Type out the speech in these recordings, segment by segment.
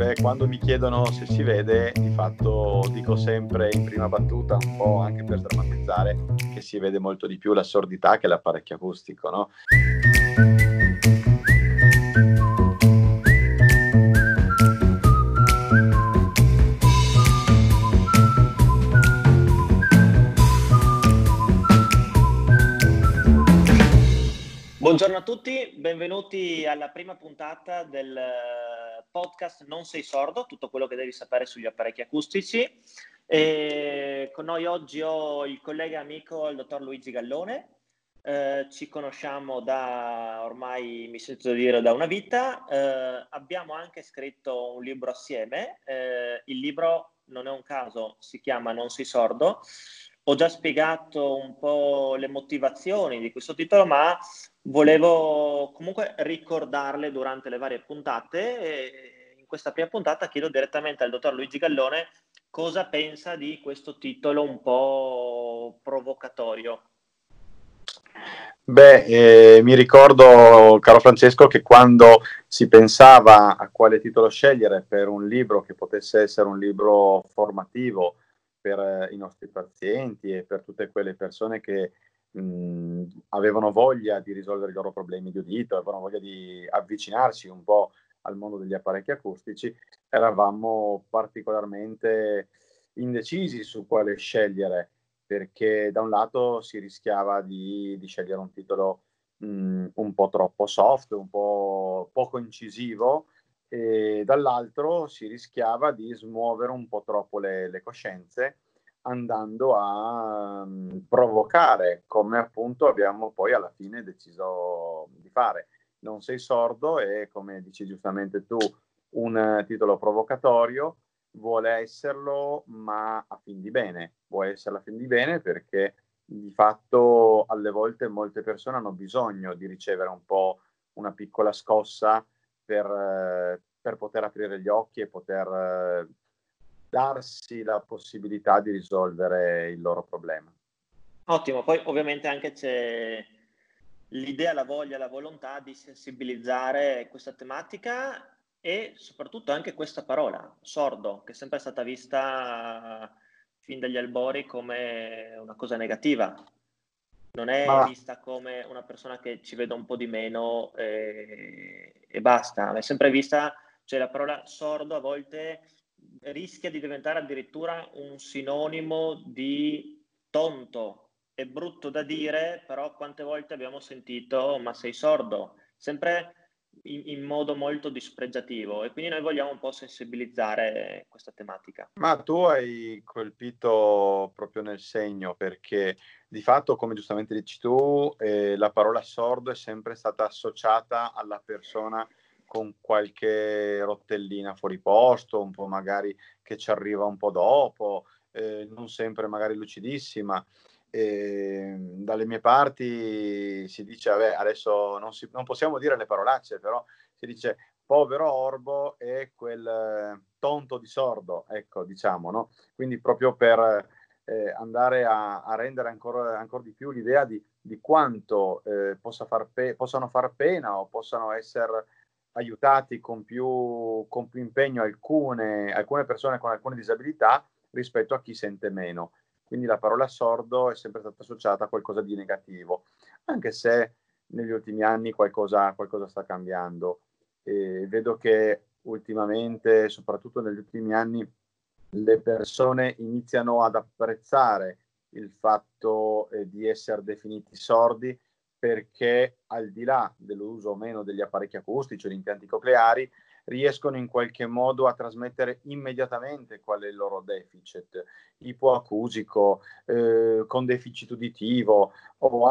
Beh, quando mi chiedono se si vede, di fatto dico sempre in prima battuta, un po' anche per drammatizzare, che si vede molto di più la sordità che l'apparecchio acustico, no? Buongiorno a tutti, benvenuti alla prima puntata del podcast Non sei sordo, tutto quello che devi sapere sugli apparecchi acustici. E con noi oggi ho il collega e amico, il dottor Luigi Gallone. Ci conosciamo da ormai, mi sento dire, da una vita. Abbiamo anche scritto un libro assieme. Il libro, non è un caso, si chiama Non sei sordo. Ho già spiegato un po' le motivazioni di questo titolo, ma volevo comunque ricordarle durante le varie puntate. E in questa prima puntata chiedo direttamente al dottor Luigi Gallone cosa pensa di questo titolo un po' provocatorio. Beh, mi ricordo, caro Francesco, che quando si pensava a quale titolo scegliere per un libro che potesse essere un libro formativo per i nostri pazienti e per tutte quelle persone che avevano voglia di risolvere i loro problemi di udito, avevano voglia di avvicinarsi un po' al mondo degli apparecchi acustici, eravamo particolarmente indecisi su quale scegliere, perché da un lato si rischiava di scegliere un titolo un po' troppo soft, un po' poco incisivo, e dall'altro si rischiava di smuovere un po' troppo le coscienze, andando a provocare, come appunto abbiamo poi alla fine deciso di fare. Non sei sordo e, come dici giustamente tu, un titolo provocatorio, vuole esserlo, ma a fin di bene. Vuole esserlo a fin di bene perché di fatto alle volte molte persone hanno bisogno di ricevere un po' una piccola scossa per poter aprire gli occhi e poter darsi la possibilità di risolvere il loro problema. Ottimo, poi ovviamente anche c'è l'idea, la voglia, la volontà di sensibilizzare questa tematica e soprattutto anche questa parola, sordo, che è sempre stata vista fin dagli albori come una cosa negativa. Non è Ma vista come una persona che ci vede un po' di meno e basta. È sempre vista, cioè la parola sordo a volte rischia di diventare addirittura un sinonimo di tonto. È brutto da dire, però quante volte abbiamo sentito ma sei sordo? Sempre in modo molto dispregiativo, e quindi noi vogliamo un po' sensibilizzare questa tematica. Ma tu hai colpito proprio nel segno, perché di fatto, come giustamente dici tu, la parola sordo è sempre stata associata alla persona con qualche rotellina fuori posto, un po' magari che ci arriva un po' dopo, non sempre magari lucidissima. Dalle mie parti si dice, vabbè, adesso non possiamo dire le parolacce, però si dice povero orbo e quel tonto di sordo, ecco, diciamo, no? Quindi proprio per andare a rendere ancora di più l'idea di quanto possano far pena o possano essere aiutati con più impegno alcune persone con alcune disabilità rispetto a chi sente meno. Quindi la parola sordo è sempre stata associata a qualcosa di negativo, anche se negli ultimi anni qualcosa sta cambiando. Vedo che ultimamente, soprattutto negli ultimi anni, le persone iniziano ad apprezzare il fatto di essere definiti sordi, perché al di là dell'uso o meno degli apparecchi acustici o di impianti cocleari, riescono in qualche modo a trasmettere immediatamente qual è il loro deficit ipoacusico, con deficit uditivo o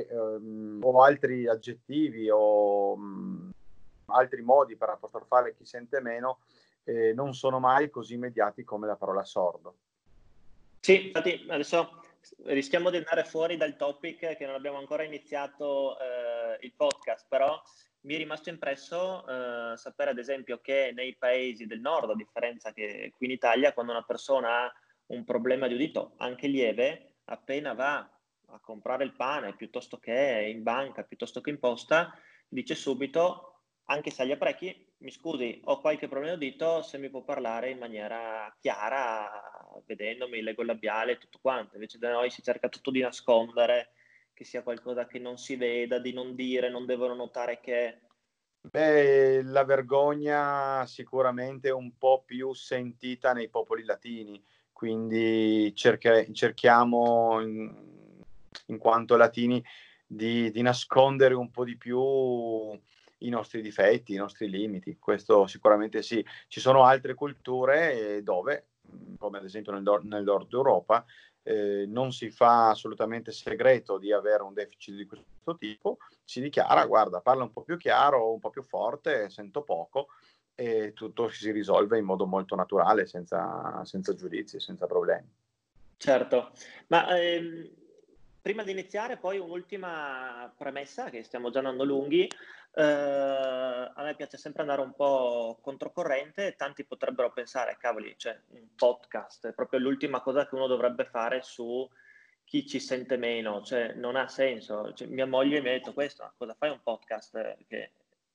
altri aggettivi o altri modi per apostrofare chi sente meno, non sono mai così immediati come la parola sordo. Sì, infatti adesso rischiamo di andare fuori dal topic, che non abbiamo ancora iniziato il podcast, però mi è rimasto impresso sapere ad esempio che nei paesi del nord, a differenza che qui in Italia, quando una persona ha un problema di udito anche lieve, appena va a comprare il pane piuttosto che in banca, piuttosto che in posta, dice subito anche se agli apparecchi, mi scusi, ho qualche problema udito, se mi può parlare in maniera chiara, vedendomi, leggo il labiale e tutto quanto. Invece da noi si cerca tutto di nascondere, che sia qualcosa che non si veda, di non dire, non devono notare che... Beh, la vergogna sicuramente è un po' più sentita nei popoli latini, quindi cerchiamo, in quanto latini, di nascondere un po' di più i nostri difetti, i nostri limiti. Questo sicuramente sì. Ci sono altre culture dove, come ad esempio nel nord Europa, non si fa assolutamente segreto di avere un deficit di questo tipo, si dichiara, guarda, parla un po' più chiaro, un po' più forte, sento poco, e tutto si risolve in modo molto naturale, senza giudizi, senza problemi. Certo, ma prima di iniziare poi un'ultima premessa, che stiamo già andando lunghi. A me piace sempre andare un po' controcorrente. Tanti potrebbero pensare, cavoli, cioè un podcast è proprio l'ultima cosa che uno dovrebbe fare su chi ci sente meno, cioè non ha senso. Cioè, mia moglie mi ha detto questo, cosa fai un podcast? Che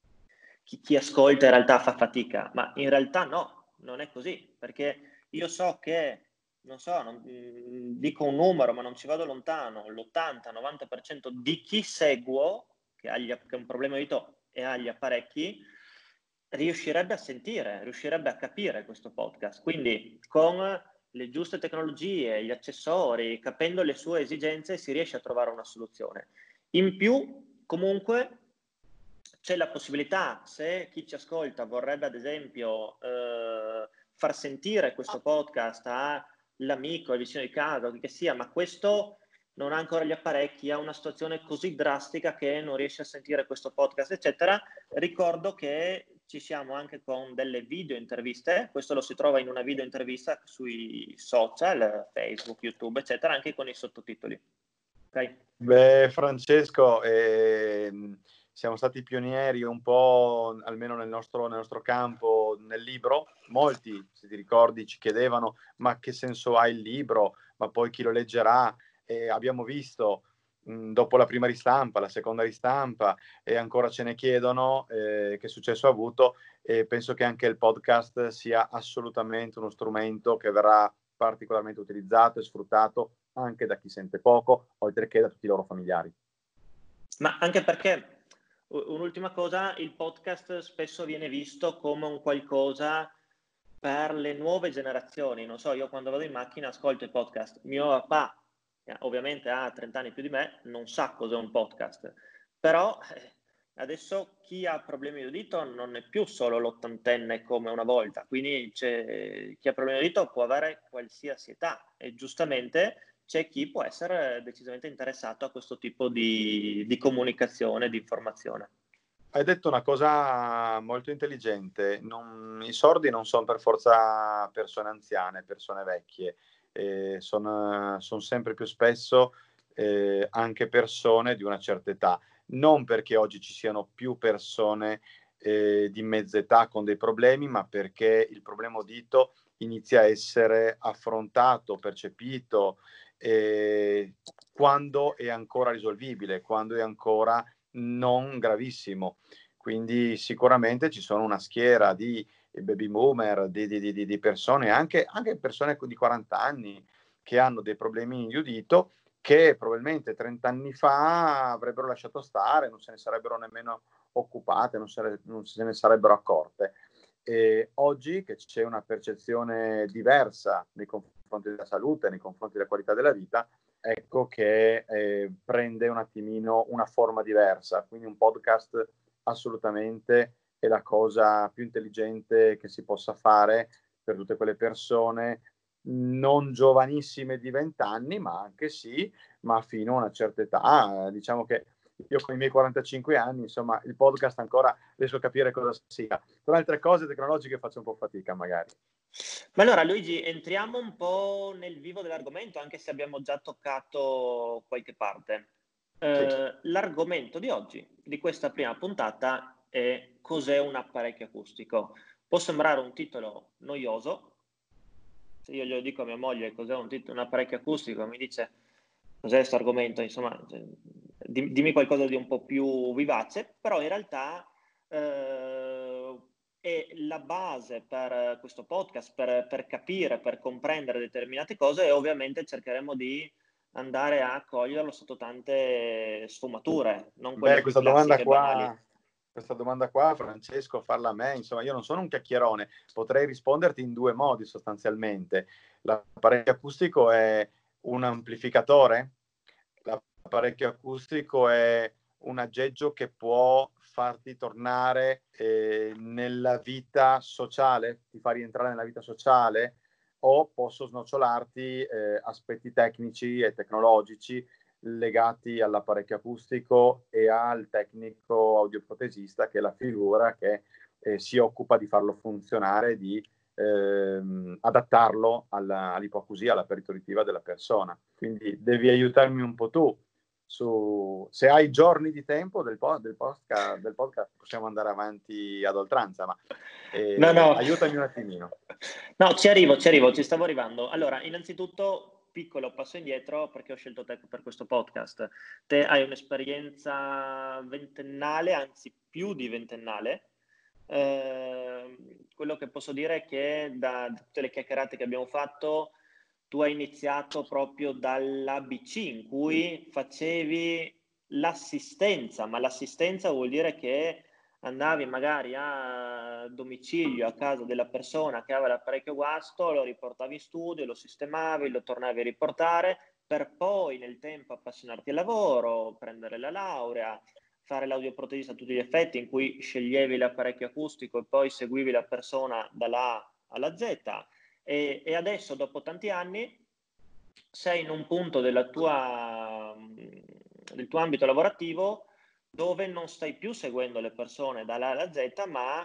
chi ascolta in realtà fa fatica, ma in realtà no, non è così, perché io so che, non so, dico un numero, ma non ci vado lontano, l'80-90% di chi seguo, che ha un problema udito e ha gli apparecchi, riuscirebbe a sentire, riuscirebbe a capire questo podcast. Quindi con le giuste tecnologie, gli accessori, capendo le sue esigenze, si riesce a trovare una soluzione. In più, comunque, c'è la possibilità, se chi ci ascolta vorrebbe ad esempio far sentire questo podcast all'amico, al vicino di casa, o chi che sia, ma questo non ha ancora gli apparecchi, ha una situazione così drastica che non riesce a sentire questo podcast, eccetera, ricordo che ci siamo anche con delle video interviste. Questo lo si trova in una video intervista sui social, Facebook, YouTube, eccetera, anche con i sottotitoli. Okay? Beh, Francesco, siamo stati pionieri un po', almeno nel nostro campo, nel libro. Molti, se ti ricordi, ci chiedevano: ma che senso ha il libro? Ma poi chi lo leggerà? E abbiamo visto, dopo la prima ristampa, la seconda ristampa, e ancora ce ne chiedono, che successo ha avuto, e penso che anche il podcast sia assolutamente uno strumento che verrà particolarmente utilizzato e sfruttato anche da chi sente poco, oltre che da tutti i loro familiari. Ma anche perché, un'ultima cosa, il podcast spesso viene visto come un qualcosa per le nuove generazioni. Non so, io quando vado in macchina ascolto i podcast. Mio papà, ovviamente ha 30 anni più di me, non sa cos'è un podcast. Però adesso chi ha problemi di udito non è più solo l'ottantenne come una volta. Quindi chi ha problemi di udito può avere qualsiasi età e giustamente c'è chi può essere decisamente interessato a questo tipo di comunicazione, di informazione. Hai detto una cosa molto intelligente. I sordi non sono per forza persone anziane, persone vecchie, sono sempre più spesso anche persone di una certa età. Non perché oggi ci siano più persone di mezza età con dei problemi, ma perché il problema udito inizia a essere affrontato, percepito, quando è ancora risolvibile, quando è ancora non gravissimo. Quindi sicuramente ci sono una schiera di baby boomer, di persone, anche persone di 40 anni, che hanno dei problemi di udito, che probabilmente 30 anni fa avrebbero lasciato stare, non se ne sarebbero nemmeno occupate, non se ne sarebbero accorte. E oggi che c'è una percezione diversa nei confronti della salute, nei confronti della qualità della vita, ecco che prende un attimino una forma diversa. Quindi un podcast assolutamente è la cosa più intelligente che si possa fare per tutte quelle persone non giovanissime di 20 anni, ma anche sì, ma fino a una certa età. Diciamo che io con i miei 45 anni, insomma, il podcast ancora riesco a capire cosa sia. Con altre cose tecnologiche faccio un po' fatica magari. Ma allora Luigi, entriamo un po' nel vivo dell'argomento, anche se abbiamo già toccato qualche parte. Sì. L'argomento di oggi, di questa prima puntata, è cos'è un apparecchio acustico. Può sembrare un titolo noioso. Se io glielo dico a mia moglie cos'è un apparecchio acustico, mi dice cos'è questo argomento, insomma, dimmi qualcosa di un po' più vivace, però in realtà e la base per questo podcast, per capire, per comprendere determinate cose, e ovviamente cercheremo di andare a coglierlo sotto tante sfumature, non quelle più classiche e banali. Questa domanda qua, Francesco, farla a me, insomma, io non sono un chiacchierone, potrei risponderti in due modi sostanzialmente. L'apparecchio acustico è un amplificatore, l'apparecchio acustico è un aggeggio che può farti tornare nella vita sociale, ti fa rientrare nella vita sociale, o posso snocciolarti aspetti tecnici e tecnologici legati all'apparecchio acustico e al tecnico audioprotesista, che è la figura che si occupa di farlo funzionare, di adattarlo all'ipoacusia, alla peritoritiva della persona. Quindi devi aiutarmi un po' tu. Se hai giorni di tempo del podcast possiamo andare avanti ad oltranza, ma No. Aiutami un attimino. No, ci arrivo, ci stavo arrivando. Allora, innanzitutto, piccolo passo indietro, perché ho scelto te per questo podcast. Te hai un'esperienza ventennale, anzi più di ventennale. Quello che posso dire è che da tutte le chiacchierate che abbiamo fatto, tu hai iniziato proprio dall'ABC, in cui facevi l'assistenza, ma l'assistenza vuol dire che andavi magari a domicilio, a casa della persona che aveva l'apparecchio guasto, lo riportavi in studio, lo sistemavi, lo tornavi a riportare, per poi nel tempo appassionarti al lavoro, prendere la laurea, fare l'audioprotesista a tutti gli effetti, in cui sceglievi l'apparecchio acustico e poi seguivi la persona dalla A alla Z. E adesso, dopo tanti anni, sei in un punto del tuo ambito lavorativo dove non stai più seguendo le persone dalla A alla Z, ma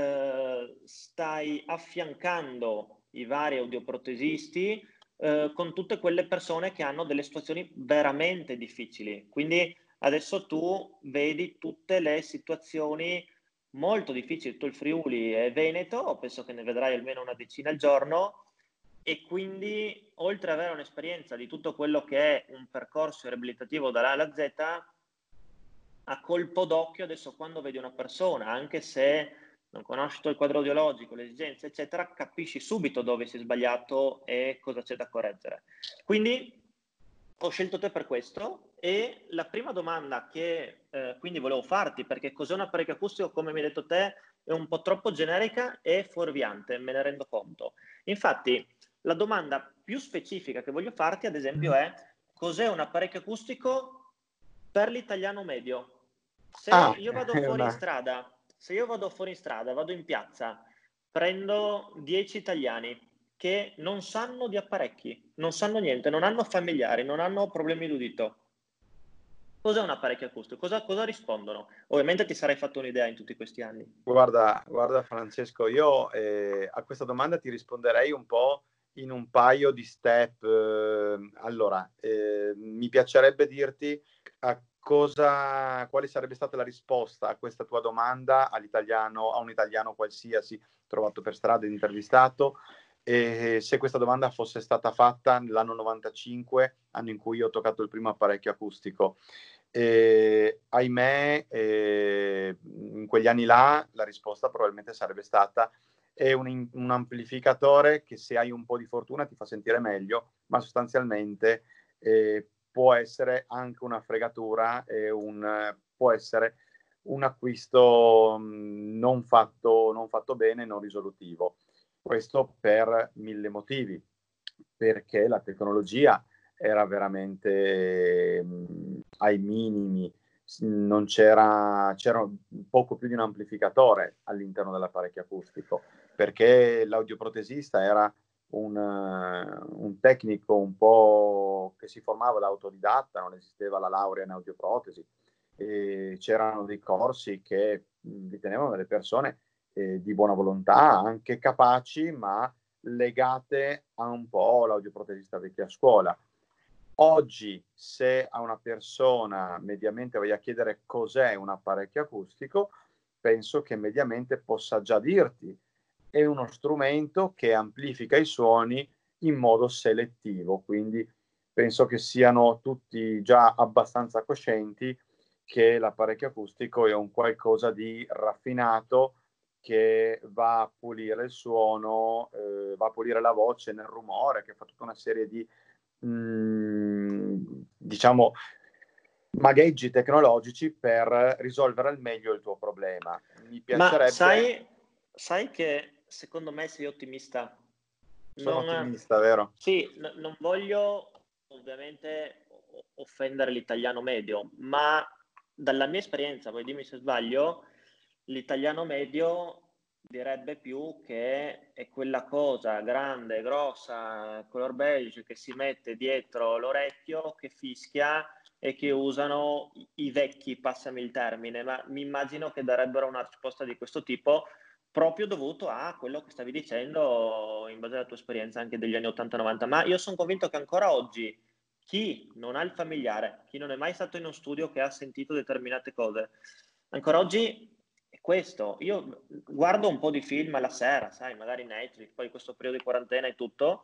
stai affiancando i vari audioprotesisti con tutte quelle persone che hanno delle situazioni veramente difficili. Quindi adesso tu vedi tutte le situazioni molto difficili. Tutto il Friuli è Veneto, penso che ne vedrai almeno una decina al giorno, e quindi oltre ad avere un'esperienza di tutto quello che è un percorso riabilitativo dalla A alla Z, a colpo d'occhio adesso, quando vedi una persona, anche se non conosci tutto il quadro audiologico, le esigenze eccetera, capisci subito dove si è sbagliato e cosa c'è da correggere. Quindi ho scelto te per questo, e la prima domanda che quindi volevo farti, perché cos'è un apparecchio acustico, come mi hai detto te, è un po' troppo generica e fuorviante, me ne rendo conto. Infatti la domanda più specifica che voglio farti, ad esempio, è: cos'è un apparecchio acustico per l'italiano medio? Se io vado fuori in strada, vado in piazza, prendo 10 italiani che non sanno di apparecchi, non sanno niente, non hanno familiari, non hanno problemi d'udito. Cos'è un apparecchio acustico? Cosa rispondono? Ovviamente ti sarai fatto un'idea in tutti questi anni. Guarda Francesco, io a questa domanda ti risponderei un po' in un paio di step. Allora, mi piacerebbe dirti quale sarebbe stata la risposta a questa tua domanda all'italiano, a un italiano qualsiasi trovato per strada e intervistato, se questa domanda fosse stata fatta nell'anno 95, anno in cui io ho toccato il primo apparecchio acustico. Ahimè, in quegli anni là la risposta probabilmente sarebbe stata: è un amplificatore che, se hai un po' di fortuna, ti fa sentire meglio, ma sostanzialmente può essere anche una fregatura e può essere un acquisto non fatto bene, non risolutivo. Questo per 1000 motivi, perché la tecnologia era veramente ai minimi, c'era poco più di un amplificatore all'interno dell'apparecchio acustico, perché l'audioprotesista era un tecnico un po' che si formava da autodidatta, non esisteva la laurea in audioprotesi, e c'erano dei corsi che ritenevano delle persone di buona volontà, anche capaci, ma legate a un po' l'audioprotesista vecchia scuola. Oggi, se a una persona mediamente vai a chiedere cos'è un apparecchio acustico, penso che mediamente possa già dirti: è uno strumento che amplifica i suoni in modo selettivo. Quindi penso che siano tutti già abbastanza coscienti che l'apparecchio acustico è un qualcosa di raffinato che va a pulire il suono, va a pulire la voce nel rumore, che fa tutta una serie di, diciamo, magheggi tecnologici per risolvere al meglio il tuo problema. Mi Ma piacerebbe... sai che secondo me sei ottimista. Sono Non, ottimista, vero? sì, non voglio ovviamente offendere l'italiano medio, ma dalla mia esperienza, poi dimmi se sbaglio, l'italiano medio direbbe più che è quella cosa grande, grossa, color beige che si mette dietro l'orecchio, che fischia e che usano i vecchi, passami il termine, ma mi immagino che darebbero una risposta di questo tipo proprio dovuto a quello che stavi dicendo in base alla tua esperienza anche degli anni 80-90. Ma io sono convinto che ancora oggi chi non ha il familiare, chi non è mai stato in uno studio che ha sentito determinate cose, ancora oggi è questo. Io guardo un po' di film alla sera, sai, magari Netflix, poi questo periodo di quarantena e tutto,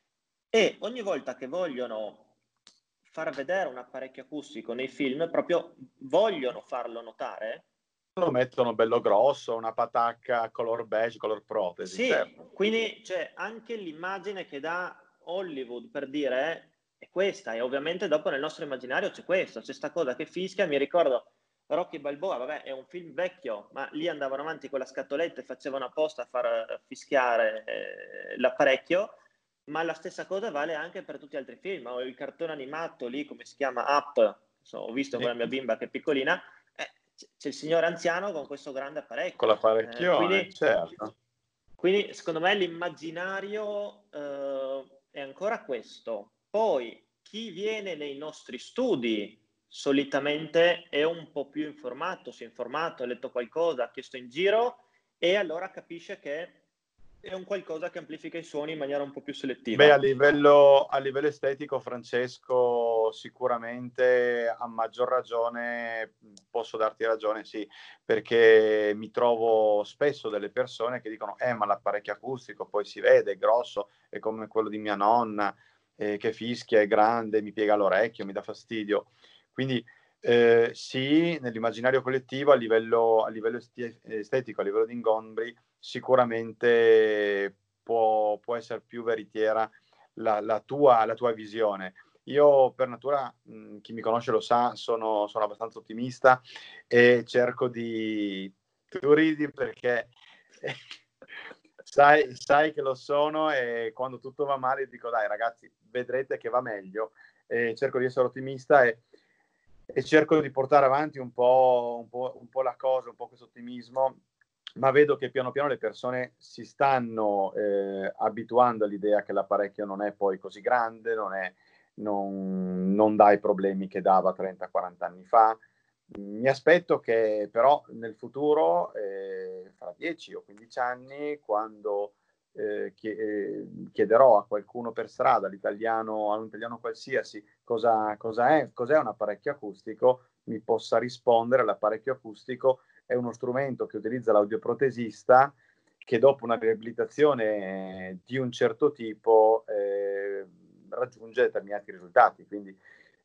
e ogni volta che vogliono far vedere un apparecchio acustico nei film, proprio vogliono farlo notare. Lo mettono bello grosso, una patacca color beige, color protesi, Sì, certo. quindi cioè, anche l'immagine che dà Hollywood per dire è questa, e ovviamente dopo nel nostro immaginario c'è questo, c'è sta cosa che fischia. Mi ricordo Rocky Balboa, vabbè, è un film vecchio, ma lì andavano avanti con la scatoletta e facevano apposta a far fischiare l'apparecchio, ma la stessa cosa vale anche per tutti gli altri film. O il cartone animato lì, come si chiama? Up, ho visto con la mia bimba che è piccolina, c'è il signore anziano con questo grande Con apparecchio. l'apparecchione, certo. Quindi secondo me l'immaginario è ancora questo. Poi chi viene nei nostri studi solitamente è un po' più informato, si è informato, ha letto qualcosa, ha chiesto in giro e allora capisce che è un qualcosa che amplifica i suoni in maniera un po' più Beh, selettiva. a livello estetico, Francesco, sicuramente a maggior ragione posso darti ragione, sì, perché mi trovo spesso delle persone che dicono ma l'apparecchio acustico poi si vede, è grosso, è come quello di mia nonna, che fischia, è grande, mi piega l'orecchio, mi dà fastidio. Quindi sì, nell'immaginario collettivo, a livello estetico, a livello di ingombri, sicuramente può essere più veritiera la tua visione. Io per natura, chi mi conosce lo sa, sono abbastanza ottimista e cerco di... Tu ridi perché sai che lo sono, e quando tutto va male dico dai ragazzi, vedrete che va meglio, e cerco di essere ottimista e cerco di portare avanti un po' la cosa, un po' questo ottimismo, ma vedo che piano piano le persone si stanno abituando all'idea che l'apparecchio non è poi così grande, non dà i problemi che dava 30-40 anni fa. Mi aspetto che però nel futuro, fra 10 o 15 anni, quando chiederò a qualcuno per strada, a un italiano qualsiasi, cos'è un apparecchio acustico, mi possa rispondere: l'apparecchio acustico è uno strumento che utilizza l'audioprotesista che dopo una riabilitazione di un certo tipo raggiunge determinati risultati. Quindi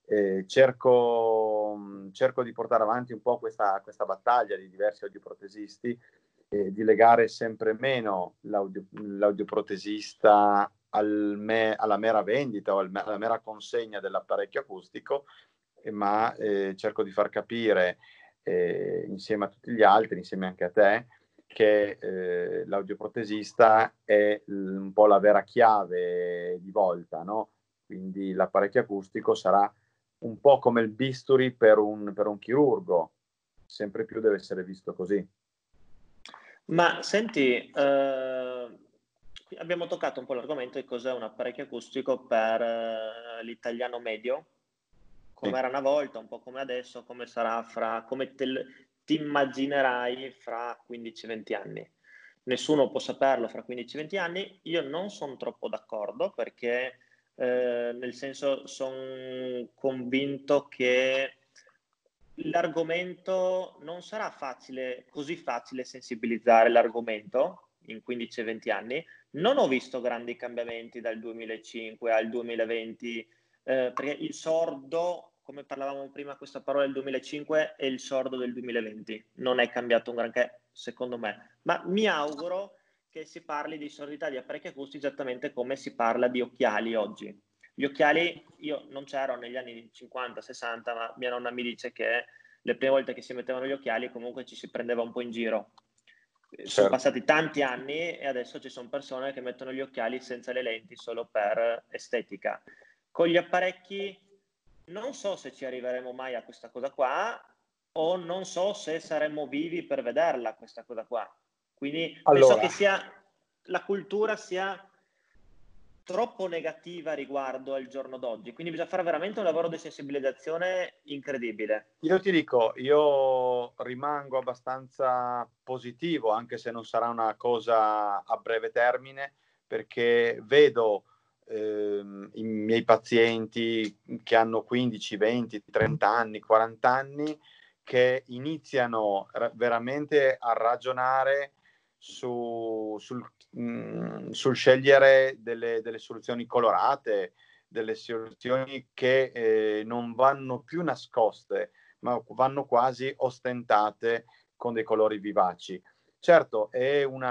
cerco di portare avanti un po' questa battaglia di diversi audioprotesisti, di legare sempre meno l'audioprotesista alla mera vendita o alla mera consegna dell'apparecchio acustico, ma cerco di far capire insieme a tutti gli altri, insieme anche a te, che l'audioprotesista è un po' la vera chiave di volta, no? Quindi l'apparecchio acustico sarà un po' come il bisturi per un chirurgo, sempre più deve essere visto così. Ma senti, abbiamo toccato un po' l'argomento di cos'è un apparecchio acustico per l'italiano medio, come Sì. era una volta, un po' come adesso, come sarà come ti immaginerai fra 15-20 anni. Nessuno può saperlo fra 15-20 anni. Io non sono troppo d'accordo perché, nel senso, sono convinto che l'argomento non sarà così facile sensibilizzare l'argomento in 15-20 anni. Non ho visto grandi cambiamenti dal 2005 al 2020, perché il sordo come parlavamo prima, questa parola del 2005 è il sordo del 2020. Non è cambiato un granché, secondo me. Ma mi auguro che si parli di sordità di apparecchi acustici esattamente come si parla di occhiali oggi. Gli occhiali, io non c'ero negli anni 50-60, ma mia nonna mi dice che le prime volte che si mettevano gli occhiali comunque ci si prendeva un po' in giro. Sono Certo. passati tanti anni e adesso ci sono persone che mettono gli occhiali senza le lenti solo per estetica. Con gli apparecchi non so se ci arriveremo mai a questa cosa qua o non so se saremmo vivi per vederla questa cosa qua. Quindi penso Allora, che la cultura sia troppo negativa riguardo al giorno d'oggi, quindi bisogna fare veramente un lavoro di sensibilizzazione incredibile. io ti dico, io rimango abbastanza positivo, anche se non sarà una cosa a breve termine, perché vedo i miei pazienti che hanno 15, 20, 30 anni, 40 anni, che iniziano veramente a ragionare sul scegliere delle soluzioni colorate, delle soluzioni che non vanno più nascoste, ma vanno quasi ostentate con dei colori vivaci. Certo, è un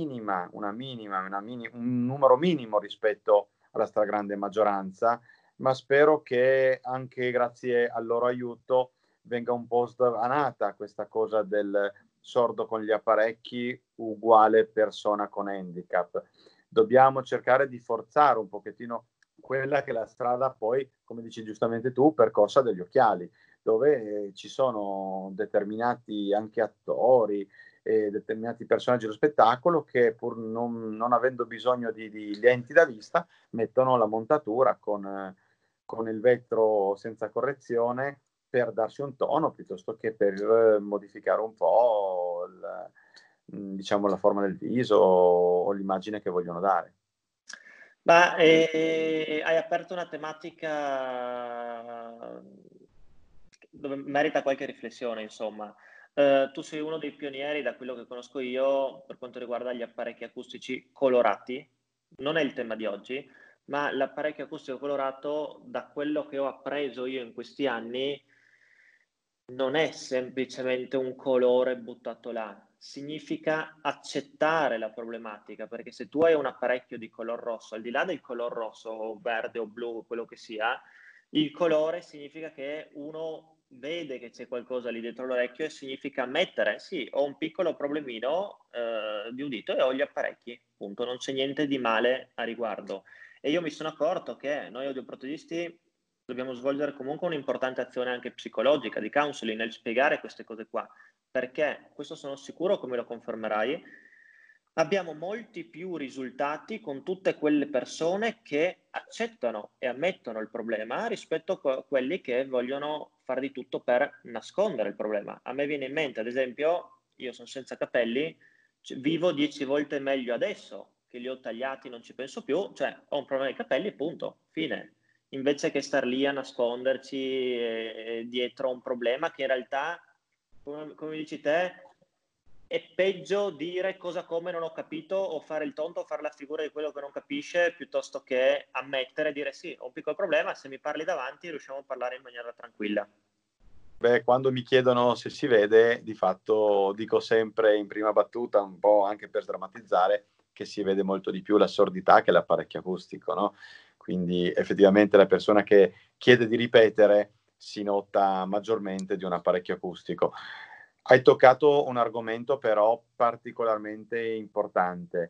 numero minimo rispetto alla stragrande maggioranza, ma spero che anche grazie al loro aiuto venga un po' sdoganata questa cosa del sordo con gli apparecchi uguale persona con handicap. Dobbiamo cercare di forzare un pochettino quella che è la strada poi, come dici giustamente tu, percorsa degli occhiali, dove ci sono determinati anche attori e determinati personaggi dello spettacolo che pur non avendo bisogno di lenti da vista mettono la montatura con il vetro senza correzione per darsi un tono piuttosto che per modificare un po' diciamo la forma del viso o l'immagine che vogliono dare. Ma hai aperto una tematica dove merita qualche riflessione, insomma. Tu sei uno dei pionieri, da quello che conosco io, per quanto riguarda gli apparecchi acustici colorati. Non è il tema di oggi, ma l'apparecchio acustico colorato, da quello che ho appreso io in questi anni, non è semplicemente un colore buttato là, significa accettare la problematica, perché se tu hai un apparecchio di color rosso, al di là del color rosso o verde o blu, quello che sia, il colore significa che uno vede che c'è qualcosa lì dietro l'orecchio e significa ammettere, sì, ho un piccolo problemino di udito e ho gli apparecchi, punto, non c'è niente di male a riguardo. E io mi sono accorto che noi audioprotesisti dobbiamo svolgere comunque un'importante azione anche psicologica, di counseling, nel spiegare queste cose qua, perché, questo sono sicuro, come lo confermerai, abbiamo molti più risultati con tutte quelle persone che accettano e ammettono il problema rispetto a quelli che vogliono fare di tutto per nascondere il problema. A me viene in mente, ad esempio, io sono senza capelli, vivo 10 volte meglio adesso che li ho tagliati, non ci penso più, cioè ho un problema di capelli, punto, fine. Invece che star lì a nasconderci dietro un problema che in realtà, come dici te, è peggio dire cosa come non ho capito o fare il tonto o fare la figura di quello che non capisce piuttosto che ammettere e dire sì, ho un piccolo problema, se mi parli davanti riusciamo a parlare in maniera tranquilla. Beh, quando mi chiedono se si vede, di fatto dico sempre in prima battuta, un po' anche per sdrammatizzare, che si vede molto di più la sordità che l'apparecchio acustico, no? Quindi effettivamente la persona che chiede di ripetere si nota maggiormente di un apparecchio acustico. Hai toccato un argomento però particolarmente importante.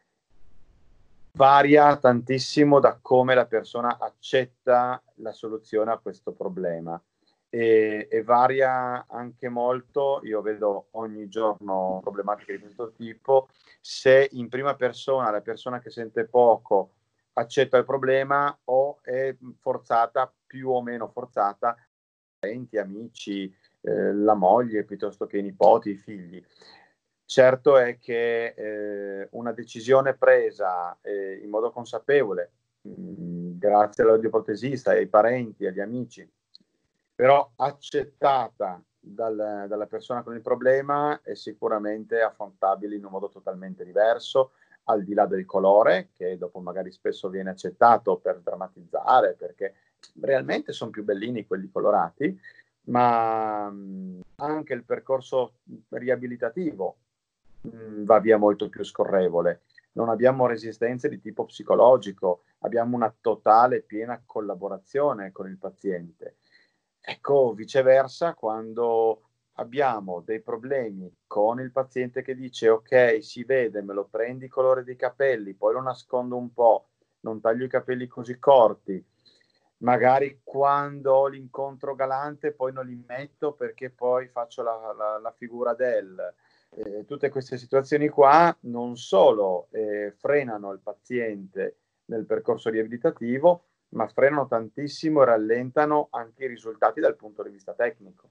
Varia tantissimo da come la persona accetta la soluzione a questo problema e varia anche molto, io vedo ogni giorno problematiche di questo tipo, se in prima persona la persona che sente poco accetta il problema o è forzata, più o meno forzata, parenti, amici, la moglie piuttosto che i nipoti, i figli. Certo è che una decisione presa in modo consapevole, grazie all'audioprotesista, ai parenti, agli amici, però accettata dalla persona con il problema è sicuramente affrontabile in un modo totalmente diverso, al di là del colore, che dopo magari spesso viene accettato per drammatizzare, perché realmente sono più bellini quelli colorati, ma anche il percorso riabilitativo va via molto più scorrevole. Non abbiamo resistenze di tipo psicologico, abbiamo una totale, piena collaborazione con il paziente. Ecco, viceversa, quando abbiamo dei problemi con il paziente che dice ok, si vede, me lo prendi colore dei capelli, poi lo nascondo un po', non taglio i capelli così corti, magari quando ho l'incontro galante poi non li metto perché poi faccio la figura del... tutte queste situazioni qua non solo frenano il paziente nel percorso riabilitativo, ma frenano tantissimo e rallentano anche i risultati dal punto di vista tecnico.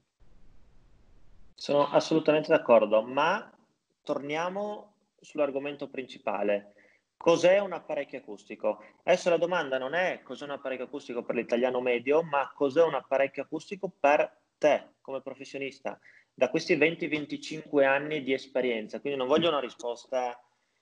Sono assolutamente d'accordo, ma torniamo sull'argomento principale. Cos'è un apparecchio acustico? Adesso la domanda non è cos'è un apparecchio acustico per l'italiano medio, ma cos'è un apparecchio acustico per te come professionista, da questi 20-25 anni di esperienza. Quindi non voglio una risposta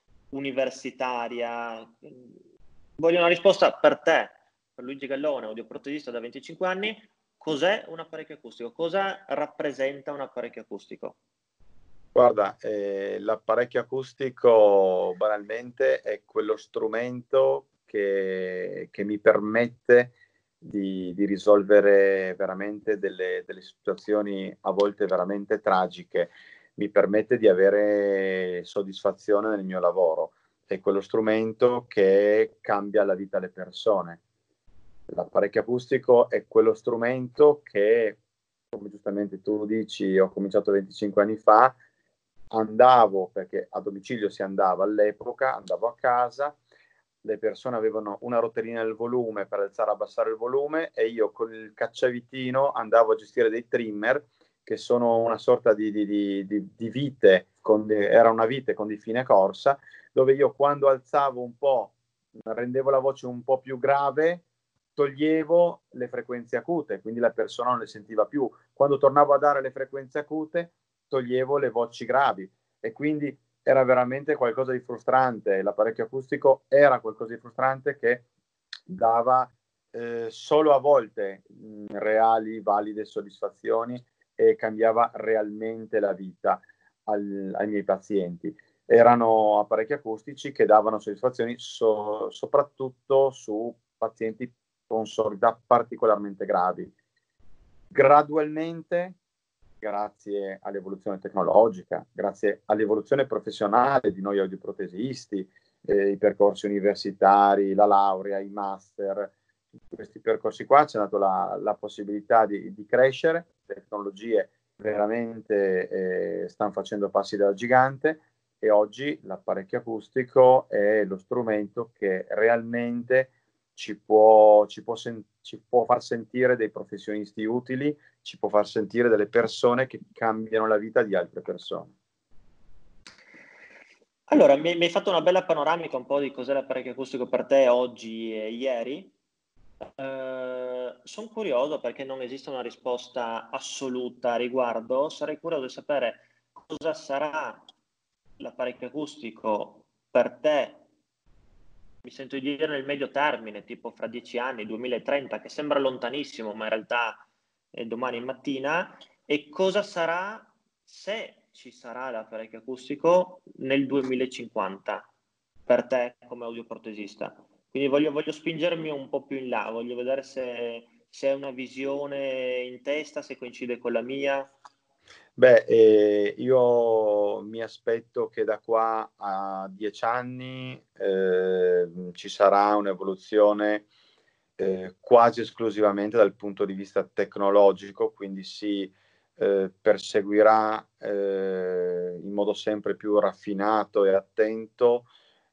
universitaria, voglio una risposta per te, per Luigi Gallone, audioprotesista da 25 anni. Cos'è un apparecchio acustico? Cosa rappresenta un apparecchio acustico? Guarda, l'apparecchio acustico banalmente è quello strumento che mi permette di risolvere veramente delle situazioni a volte veramente tragiche, mi permette di avere soddisfazione nel mio lavoro, è quello strumento che cambia la vita alle persone. L'apparecchio acustico è quello strumento che, come giustamente tu dici, ho cominciato 25 anni fa, andavo, perché a domicilio si andava all'epoca, andavo a casa, le persone avevano una rotellina del volume per alzare e abbassare il volume e io con il cacciavitino andavo a gestire dei trimmer che sono una sorta di vite, era una vite con di fine corsa, dove io quando alzavo un po', rendevo la voce un po' più grave, toglievo le frequenze acute, quindi la persona non le sentiva più. Quando tornavo a dare le frequenze acute, toglievo le voci gravi e quindi era veramente qualcosa di frustrante. L'apparecchio acustico era qualcosa di frustrante che dava solo a volte reali, valide soddisfazioni e cambiava realmente la vita ai miei pazienti. Erano apparecchi acustici che davano soddisfazioni soprattutto su pazienti con sordità particolarmente gravi. Gradualmente, grazie all'evoluzione tecnologica, grazie all'evoluzione professionale di noi audioprotesisti, i percorsi universitari, la laurea, i master, questi percorsi qua ci hanno dato la possibilità di crescere, le tecnologie veramente stanno facendo passi da gigante e oggi l'apparecchio acustico è lo strumento che realmente ci può far sentire dei professionisti utili, ci può far sentire delle persone che cambiano la vita di altre persone. Allora, mi hai fatto una bella panoramica un po' di cos'è l'apparecchio acustico per te oggi e ieri. Sono curioso perché non esiste una risposta assoluta a riguardo. Sarei curioso di sapere cosa sarà l'apparecchio acustico per te. Mi sento di dire nel medio termine, tipo fra 10 anni, 2030, che sembra lontanissimo, ma in realtà è domani mattina. E cosa sarà, se ci sarà l'apparecchio acustico, nel 2050 per te come audioprotesista? Quindi voglio spingermi un po' più in là, voglio vedere se è una visione in testa, se coincide con la mia. Beh, io mi aspetto che da qua a 10 anni ci sarà un'evoluzione quasi esclusivamente dal punto di vista tecnologico, quindi si perseguirà in modo sempre più raffinato e attento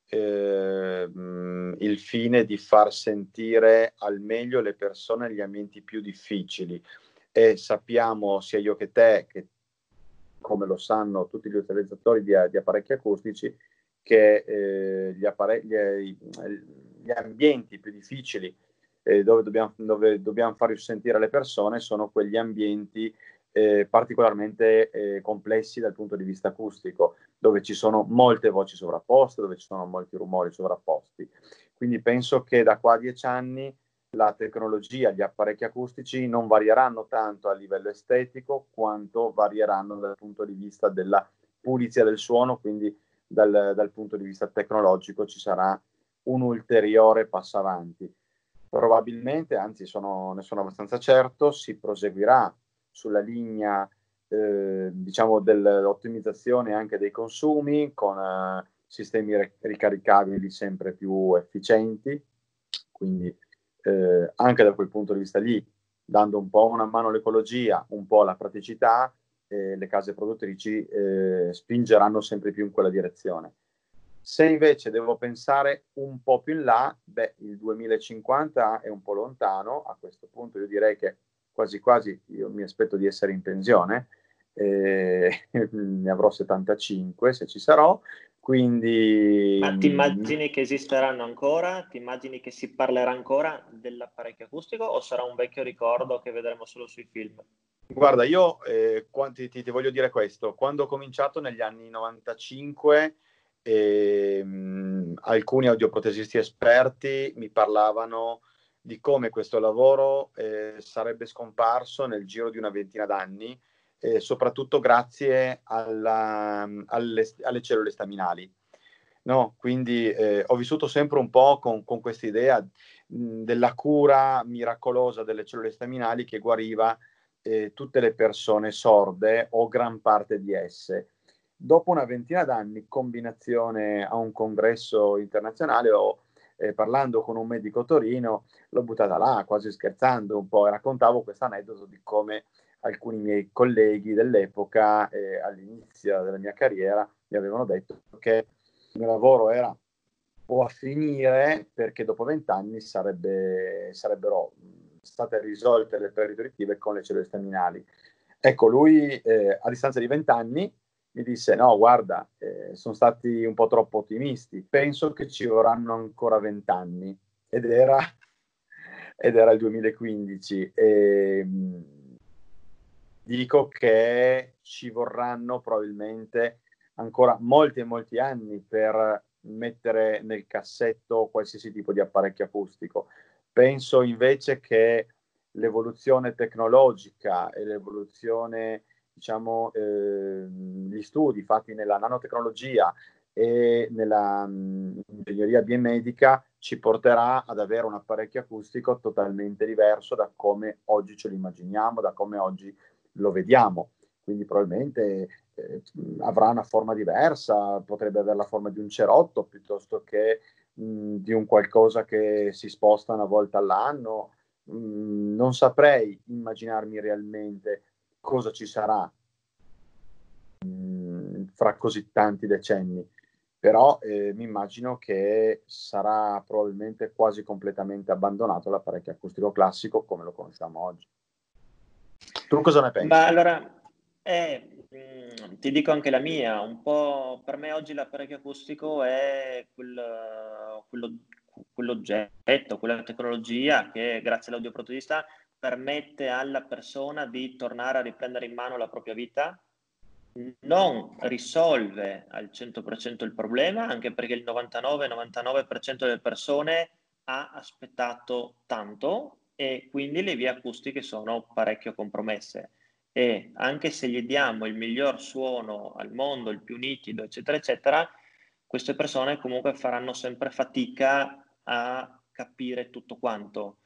il fine di far sentire al meglio le persone negli ambienti più difficili. E sappiamo sia io che te, che come lo sanno tutti gli utilizzatori di apparecchi acustici, che gli ambienti più difficili dove dobbiamo far sentire le persone sono quegli ambienti particolarmente complessi dal punto di vista acustico, dove ci sono molte voci sovrapposte, dove ci sono molti rumori sovrapposti. Quindi penso che da qua a 10 anni la tecnologia, gli apparecchi acustici non varieranno tanto a livello estetico quanto varieranno dal punto di vista della pulizia del suono, quindi dal punto di vista tecnologico ci sarà un ulteriore passo avanti. Probabilmente, anzi ne sono abbastanza certo, si proseguirà sulla linea diciamo dell'ottimizzazione anche dei consumi con sistemi ricaricabili sempre più efficienti, quindi anche da quel punto di vista lì, dando un po' una mano all'ecologia, un po' alla praticità, le case produttrici spingeranno sempre più in quella direzione. Se invece devo pensare un po' più in là, il 2050 è un po' lontano, a questo punto io direi che quasi quasi io mi aspetto di essere in pensione, ne avrò 75 se ci sarò, quindi... Ma ti immagini che esisteranno ancora? Ti immagini che si parlerà ancora dell'apparecchio acustico o sarà un vecchio ricordo che vedremo solo sui film? Guarda, io ti voglio dire questo, quando ho cominciato negli anni 95, alcuni audioprotesisti esperti mi parlavano di come questo lavoro sarebbe scomparso nel giro di una ventina d'anni, soprattutto grazie alle cellule staminali. No, quindi ho vissuto sempre un po' con questa idea della cura miracolosa delle cellule staminali che guariva tutte le persone sorde o gran parte di esse. Dopo una ventina d'anni, combinazione a un congresso internazionale o parlando con un medico a Torino, l'ho buttata là, quasi scherzando un po', e raccontavo questo aneddoto di come alcuni miei colleghi dell'epoca, all'inizio della mia carriera, mi avevano detto che il mio lavoro era o a finire perché dopo 20 anni sarebbero state risolte le perdite uditive con le cellule staminali. Ecco, lui a distanza di 20 anni mi disse no, guarda, sono stati un po' troppo ottimisti, penso che ci vorranno ancora 20 anni ed era il 2015 e dico che ci vorranno probabilmente ancora molti e molti anni per mettere nel cassetto qualsiasi tipo di apparecchio acustico. Penso invece che l'evoluzione tecnologica e l'evoluzione, diciamo, gli studi fatti nella nanotecnologia e nella ingegneria biomedica ci porterà ad avere un apparecchio acustico totalmente diverso da come oggi ce lo immaginiamo, da come oggi lo vediamo. Quindi probabilmente avrà una forma diversa, potrebbe avere la forma di un cerotto piuttosto che di un qualcosa che si sposta una volta all'anno. Non saprei immaginarmi realmente cosa ci sarà fra così tanti decenni, però mi immagino che sarà probabilmente quasi completamente abbandonato l'apparecchio acustico classico come lo conosciamo oggi. Tu cosa ne pensi? Ma allora, ti dico anche la mia, un po' per me oggi l'apparecchio acustico è quell'oggetto, quella tecnologia che grazie all'audioprotesista permette alla persona di tornare a riprendere in mano la propria vita. Non risolve al 100% il problema, anche perché il 99% delle persone ha aspettato tanto e quindi le vie acustiche sono parecchio compromesse. E anche se gli diamo il miglior suono al mondo, il più nitido, eccetera, eccetera, queste persone comunque faranno sempre fatica a capire tutto quanto.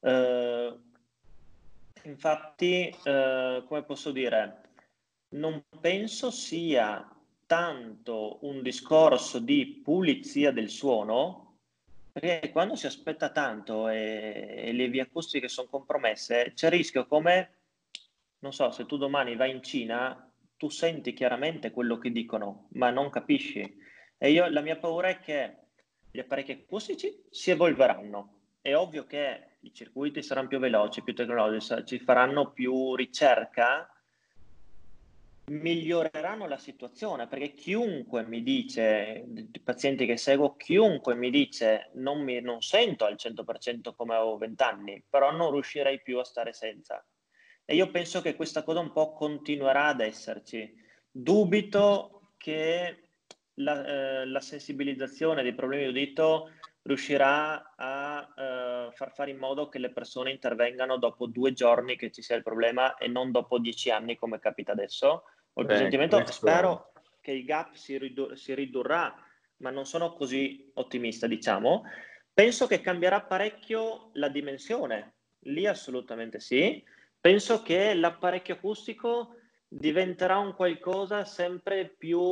Infatti, come posso dire, non penso sia tanto un discorso di pulizia del suono, perché quando si aspetta tanto e le vie acustiche sono compromesse, c'è il rischio come, non so, se tu domani vai in Cina, tu senti chiaramente quello che dicono, ma non capisci. E la mia paura è che gli apparecchi acustici si evolveranno. È ovvio che i circuiti saranno più veloci, più tecnologici, ci faranno più ricerca, miglioreranno la situazione, perché chiunque mi dice, i pazienti che seguo, chiunque mi dice non sento al 100% come avevo 20 anni, però non riuscirei più a stare senza. E io penso che questa cosa un po' continuerà ad esserci. Dubito che la sensibilizzazione dei problemi d'udito riuscirà a far fare in modo che le persone intervengano dopo 2 giorni che ci sia il problema e non dopo 10 anni come capita adesso. Ho il presentimento, spero che il gap si ridurrà, ma non sono così ottimista, diciamo. Penso che cambierà parecchio la dimensione, lì assolutamente sì. Penso che l'apparecchio acustico diventerà un qualcosa sempre più,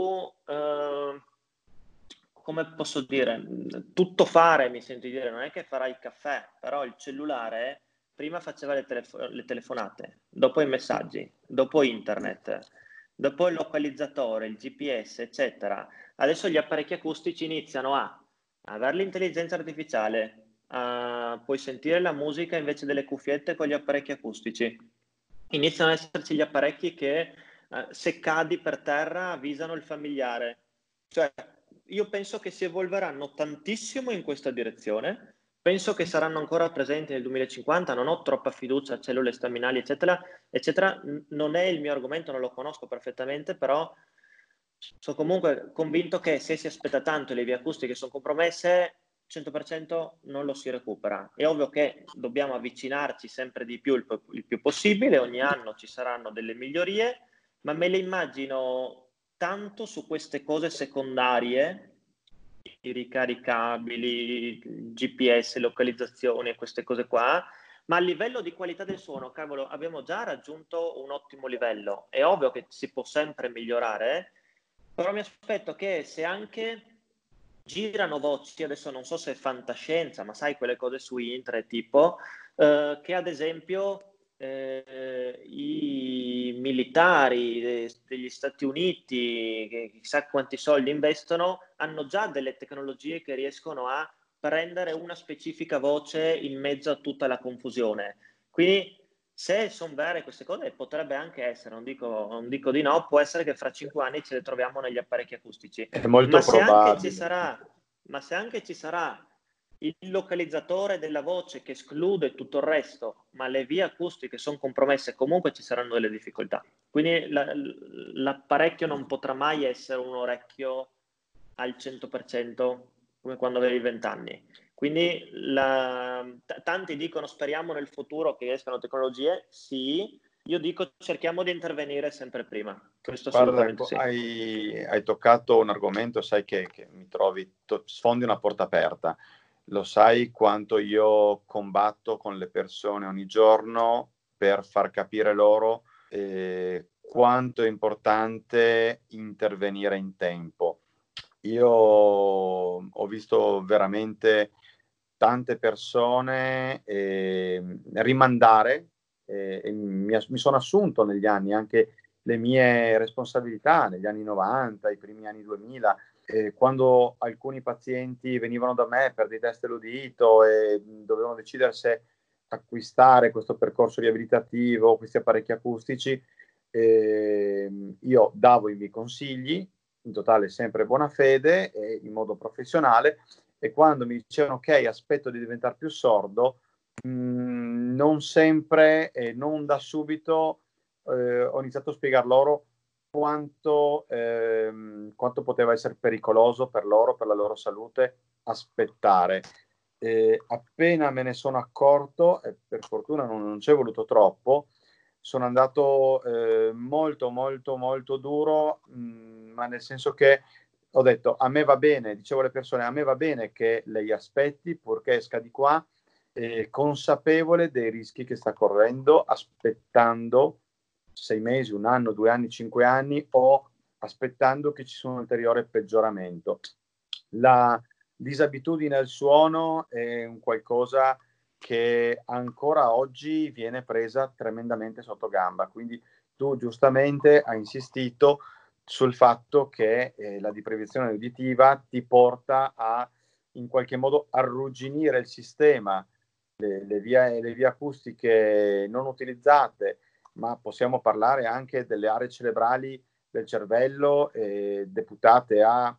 come posso dire, tutto fare, mi sento dire, non è che farà il caffè, però il cellulare prima faceva le telefonate, dopo i messaggi, dopo internet, dopo il localizzatore, il GPS, eccetera. Adesso gli apparecchi acustici iniziano a avere l'intelligenza artificiale, puoi sentire la musica invece delle cuffiette con gli apparecchi acustici. Iniziano ad esserci gli apparecchi che se cadi per terra avvisano il familiare. Cioè, io penso che si evolveranno tantissimo in questa direzione, penso che saranno ancora presenti nel 2050, non ho troppa fiducia a cellule staminali, eccetera, eccetera. Non è il mio argomento, non lo conosco perfettamente, però sono comunque convinto che se si aspetta tanto e le vie acustiche sono compromesse, 100% non lo si recupera. È ovvio che dobbiamo avvicinarci sempre di più il più possibile, ogni anno ci saranno delle migliorie, ma me le immagino tanto su queste cose secondarie, i ricaricabili, GPS, localizzazione, queste cose qua, ma a livello di qualità del suono, cavolo, abbiamo già raggiunto un ottimo livello. È ovvio che si può sempre migliorare, però mi aspetto che se anche girano voci, adesso non so se è fantascienza, ma sai quelle cose su internet tipo, che ad esempio i militari degli Stati Uniti, che chissà quanti soldi investono, hanno già delle tecnologie che riescono a prendere una specifica voce in mezzo a tutta la confusione. Quindi se sono vere queste cose, potrebbe anche essere, non dico di no, può essere che fra 5 anni ce le troviamo negli apparecchi acustici. È molto probabile. Ma se anche ci sarà il localizzatore della voce che esclude tutto il resto, ma le vie acustiche sono compromesse, comunque ci saranno delle difficoltà. Quindi l'apparecchio non potrà mai essere un orecchio al 100% come quando avevi 20 anni. Quindi tanti dicono speriamo nel futuro che escano tecnologie, sì, io dico cerchiamo di intervenire sempre prima, questo assolutamente sì. Hai toccato un argomento, sai che mi trovi, sfondi una porta aperta, lo sai quanto io combatto con le persone ogni giorno per far capire loro quanto è importante intervenire in tempo. Io ho visto veramente tante persone rimandare e mi sono assunto negli anni anche le mie responsabilità negli anni 90, i primi anni 2000, quando alcuni pazienti venivano da me per dei test all'udito e dovevano decidere se acquistare questo percorso riabilitativo, questi apparecchi acustici, io davo i miei consigli, in totale sempre buona fede e in modo professionale, e quando mi dicevano ok, aspetto di diventare più sordo, non sempre e non da subito ho iniziato a spiegar loro quanto poteva essere pericoloso per loro, per la loro salute, aspettare. Appena me ne sono accorto, e per fortuna non ci è voluto troppo, sono andato molto molto molto duro, ma nel senso che ho detto a me va bene, dicevo alle persone, a me va bene che lei aspetti purché esca di qua consapevole dei rischi che sta correndo, aspettando 6 mesi, 1 anno, 2 anni, 5 anni, o aspettando che ci sia un ulteriore peggioramento. La disabitudine al suono è un qualcosa che ancora oggi viene presa tremendamente sotto gamba, quindi tu giustamente hai insistito sul fatto che la deprivazione uditiva ti porta a in qualche modo arrugginire il sistema, le vie acustiche non utilizzate, ma possiamo parlare anche delle aree cerebrali del cervello deputate a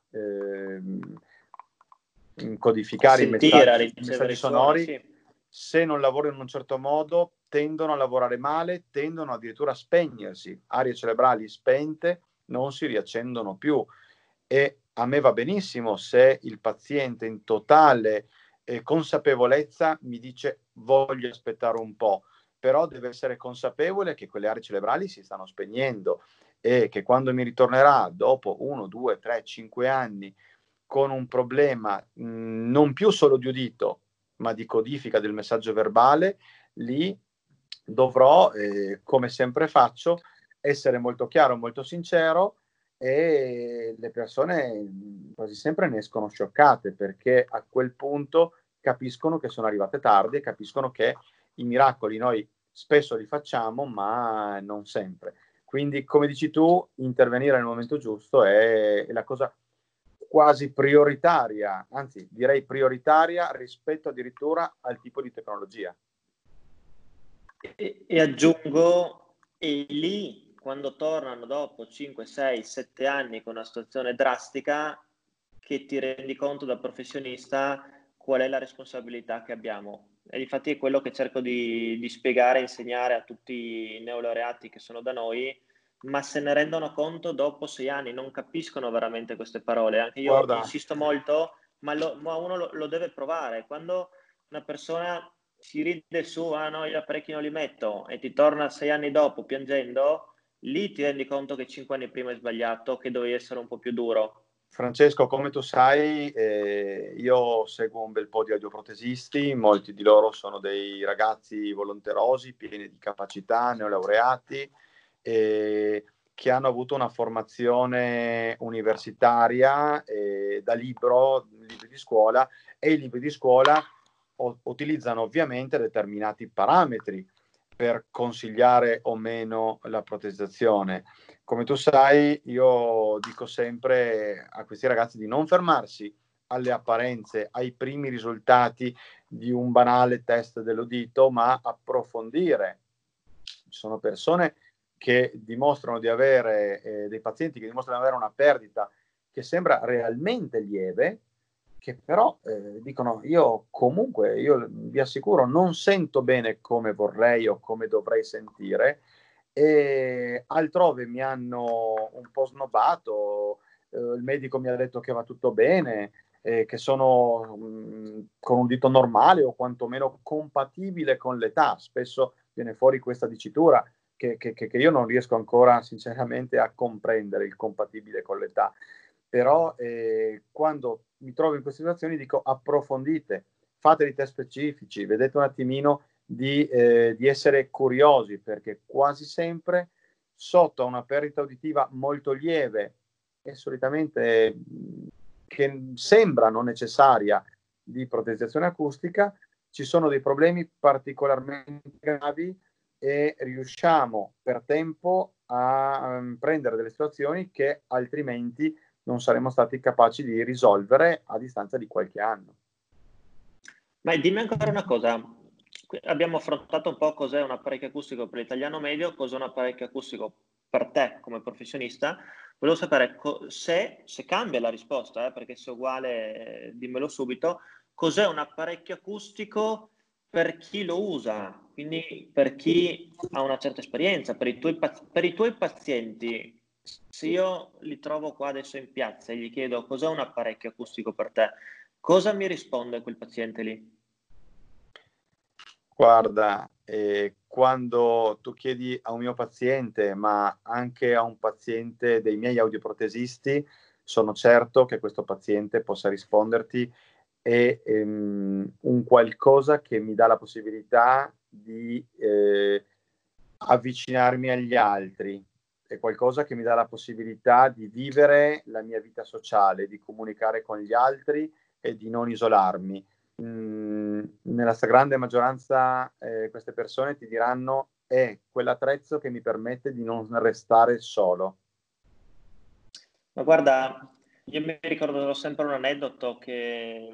codificare i messaggi sonori, sì. Se non lavorano in un certo modo tendono a lavorare male, tendono addirittura a spegnersi, aree cerebrali spente non si riaccendono più. E a me va benissimo se il paziente in totale consapevolezza mi dice voglio aspettare un po', però deve essere consapevole che quelle aree cerebrali si stanno spegnendo e che quando mi ritornerà dopo 1, 2, 3, 5 anni con un problema non più solo di udito, ma di codifica del messaggio verbale, lì dovrò, come sempre faccio, essere molto chiaro, molto sincero, e le persone quasi sempre ne escono scioccate, perché a quel punto capiscono che sono arrivate tardi e capiscono che i miracoli noi spesso li facciamo, ma non sempre. Quindi, come dici tu, intervenire nel momento giusto è la cosa quasi prioritaria, anzi direi prioritaria rispetto addirittura al tipo di tecnologia. E aggiungo, e lì quando tornano dopo 5, 6, 7 anni con una situazione drastica, che ti rendi conto da professionista qual è la responsabilità che abbiamo. E infatti è quello che cerco di spiegare e insegnare a tutti i neolaureati che sono da noi, ma se ne rendono conto dopo 6 anni, non capiscono veramente queste parole. Anche io Guarda, insisto molto, ma uno lo deve provare. Quando una persona si ride su, ah no, io gli apparecchi non li metto, e ti torna 6 anni dopo piangendo, lì ti rendi conto che 5 anni prima hai sbagliato, che dovevi essere un po' più duro. Francesco, come tu sai, io seguo un bel po' di audioprotesisti, molti di loro sono dei ragazzi volonterosi, pieni di capacità, neolaureati, che hanno avuto una formazione universitaria da libri di scuola, e i libri di scuola utilizzano ovviamente determinati parametri per consigliare o meno la protesizzazione. Come tu sai, io dico sempre a questi ragazzi di non fermarsi alle apparenze, ai primi risultati di un banale test dell'udito, ma approfondire. Ci sono persone che dimostrano di avere, dei pazienti che dimostrano di avere una perdita che sembra realmente lieve, che però dicono io vi assicuro non sento bene come vorrei o come dovrei sentire, e altrove mi hanno un po' snobbato, il medico mi ha detto che va tutto bene, che sono con un dito normale o quantomeno compatibile con l'età. Spesso viene fuori questa dicitura che io non riesco ancora sinceramente a comprendere, il compatibile con l'età. Però quando mi trovo in queste situazioni dico approfondite, fate dei test specifici, vedete un attimino di essere curiosi, perché quasi sempre sotto a una perdita uditiva molto lieve e solitamente che sembra non necessaria di protezzazione acustica, ci sono dei problemi particolarmente gravi e riusciamo per tempo a prendere delle situazioni che altrimenti non saremmo stati capaci di risolvere a distanza di qualche anno. Ma dimmi ancora una cosa, abbiamo affrontato un po' cos'è un apparecchio acustico per l'italiano medio, cos'è un apparecchio acustico per te come professionista. Volevo sapere se cambia la risposta, perché se è uguale dimmelo subito, cos'è un apparecchio acustico per chi lo usa, quindi per chi ha una certa esperienza, per i tuoi pazienti. Se io li trovo qua adesso in piazza e gli chiedo cos'è un apparecchio acustico per te, cosa mi risponde quel paziente lì? Guarda, quando tu chiedi a un mio paziente, ma anche a un paziente dei miei audioprotesisti, sono certo che questo paziente possa risponderti è un qualcosa che mi dà la possibilità di avvicinarmi agli altri, è qualcosa che mi dà la possibilità di vivere la mia vita sociale, di comunicare con gli altri e di non isolarmi. Nella stragrande maggioranza queste persone ti diranno è quell'attrezzo che mi permette di non restare solo. Ma guarda, io mi ricordo sempre un aneddoto che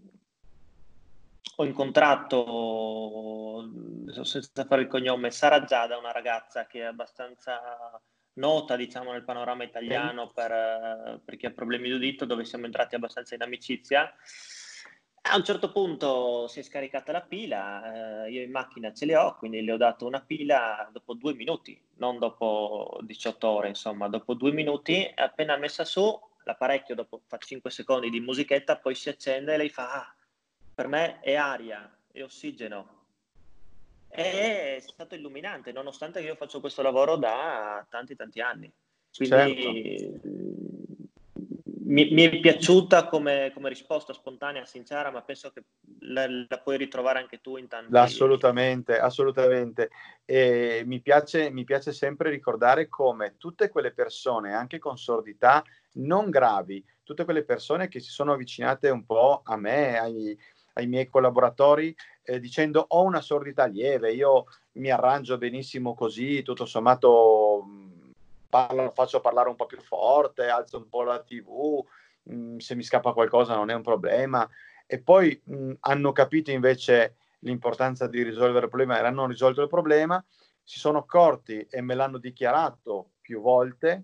ho incontrato, senza fare il cognome, Sara Giada, una ragazza che è abbastanza nota, diciamo, nel panorama italiano per chi ha problemi di udito, dove siamo entrati abbastanza in amicizia. A un certo punto si è scaricata la pila, io in macchina ce le ho, quindi le ho dato una pila dopo 2 minuti, non dopo 18 ore, insomma, dopo 2 minuti, appena messa su l'apparecchio, dopo fa 5 secondi di musichetta, poi si accende e lei fa, per me è aria, è ossigeno. È stato illuminante, nonostante io faccio questo lavoro da tanti anni. Certo. Quindi mi è piaciuta come risposta spontanea, sincera, ma penso che la puoi ritrovare anche tu in tanti... Assolutamente, assolutamente. E mi piace sempre ricordare come tutte quelle persone, anche con sordità non gravi, tutte quelle persone che si sono avvicinate un po' a me, ai miei collaboratori, dicendo ho una sordità lieve, io mi arrangio benissimo così, tutto sommato faccio parlare un po' più forte, alzo un po' la TV, se mi scappa qualcosa non è un problema. E poi hanno capito invece l'importanza di risolvere il problema e hanno risolto il problema, si sono accorti e me l'hanno dichiarato più volte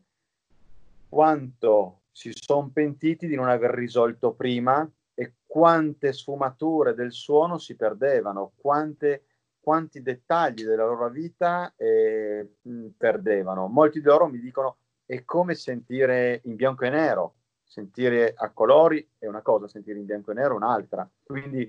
quanto si sono pentiti di non aver risolto prima e quante sfumature del suono si perdevano, quanti dettagli della loro vita perdevano. Molti di loro mi dicono è come sentire in bianco e nero, sentire a colori è una cosa, sentire in bianco e nero è un'altra. Quindi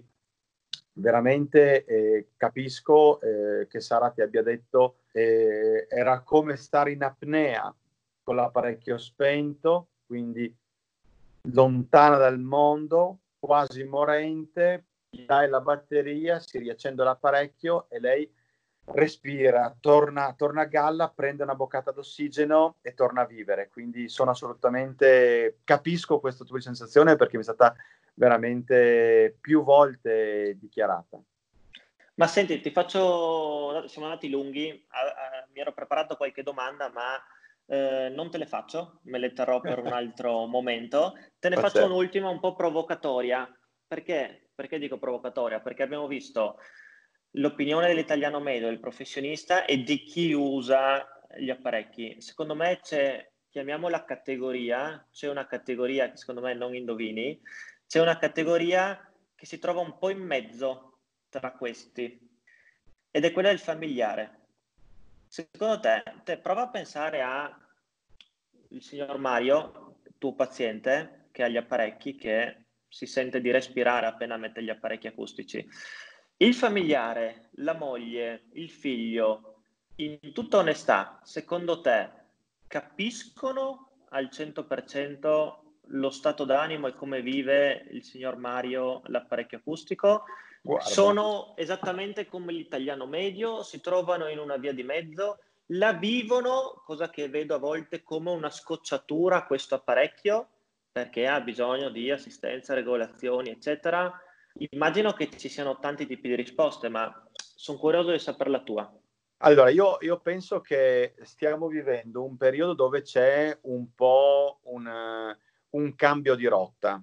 veramente capisco che Sara ti abbia detto era come stare in apnea con l'apparecchio spento, quindi lontana dal mondo, quasi morente, gli dai la batteria, si riaccende l'apparecchio e lei respira, torna a galla, prende una boccata d'ossigeno e torna a vivere. Quindi sono assolutamente, capisco questa tua sensazione perché mi è stata veramente più volte dichiarata. Ma senti, siamo andati lunghi, mi ero preparato qualche domanda, ma non te le faccio, me le terrò per un altro momento. Te ne faccio un'ultima un po' provocatoria. Perché? Perché dico provocatoria? Perché abbiamo visto l'opinione dell'italiano medio, del professionista e di chi usa gli apparecchi. Secondo me chiamiamola categoria, c'è una categoria che secondo me non indovini, c'è una categoria che si trova un po' in mezzo tra questi, ed è quella del familiare. Secondo te prova a pensare a il signor Mario, tuo paziente, che ha gli apparecchi, che si sente di respirare appena mette gli apparecchi acustici. Il familiare, la moglie, il figlio, in tutta onestà, secondo te capiscono al 100% lo stato d'animo e come vive il signor Mario l'apparecchio acustico? Guarda. Sono esattamente come l'italiano medio, si trovano in una via di mezzo, la vivono, cosa che vedo a volte come una scocciatura questo apparecchio, perché ha bisogno di assistenza, regolazioni, eccetera. Immagino che ci siano tanti tipi di risposte, ma sono curioso di sapere la tua. Allora, io penso che stiamo vivendo un periodo dove c'è un po' un cambio di rotta,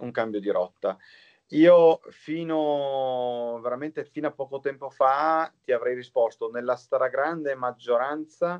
Io veramente fino a poco tempo fa ti avrei risposto nella stragrande maggioranza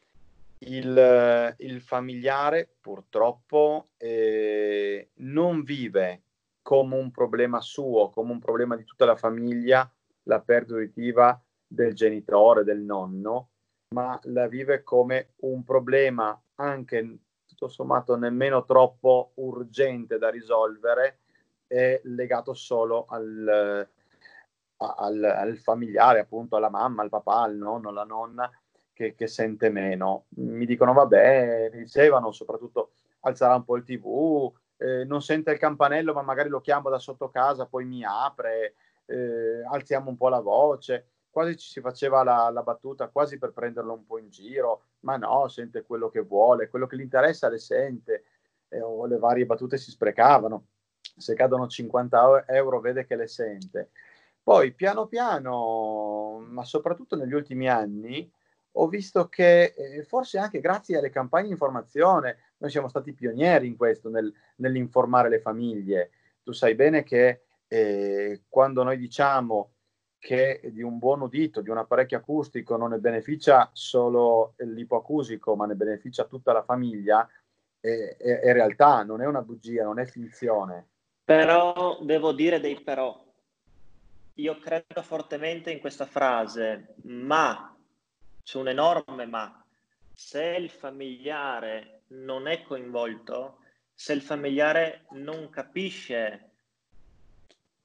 il familiare purtroppo non vive come un problema suo, come un problema di tutta la famiglia, la perdita uditiva del genitore, del nonno, ma la vive come un problema anche tutto sommato nemmeno troppo urgente da risolvere, è legato solo al familiare, appunto alla mamma, al papà, al nonno, alla nonna, che sente meno. Mi dicono, vabbè, dicevano, soprattutto alzerà un po' il TV, non sente il campanello, ma magari lo chiamo da sotto casa, poi mi apre, alziamo un po' la voce. Quasi ci si faceva la battuta, quasi per prenderlo un po' in giro, ma no, sente quello che vuole, quello che gli interessa le sente, o le varie battute si sprecavano. Se cadono 50 euro vede che le sente. Poi piano piano, ma soprattutto negli ultimi anni, ho visto che forse anche grazie alle campagne di informazione, noi siamo stati pionieri in questo, nell'informare le famiglie. Tu sai bene che quando noi diciamo che di un buon udito, di un apparecchio acustico non ne beneficia solo l'ipoacusico, ma ne beneficia tutta la famiglia, è realtà, non è una bugia, non è finzione. Però devo dire dei però. Io credo fortemente in questa frase, ma c'è un enorme ma. Se il familiare non è coinvolto, se il familiare non capisce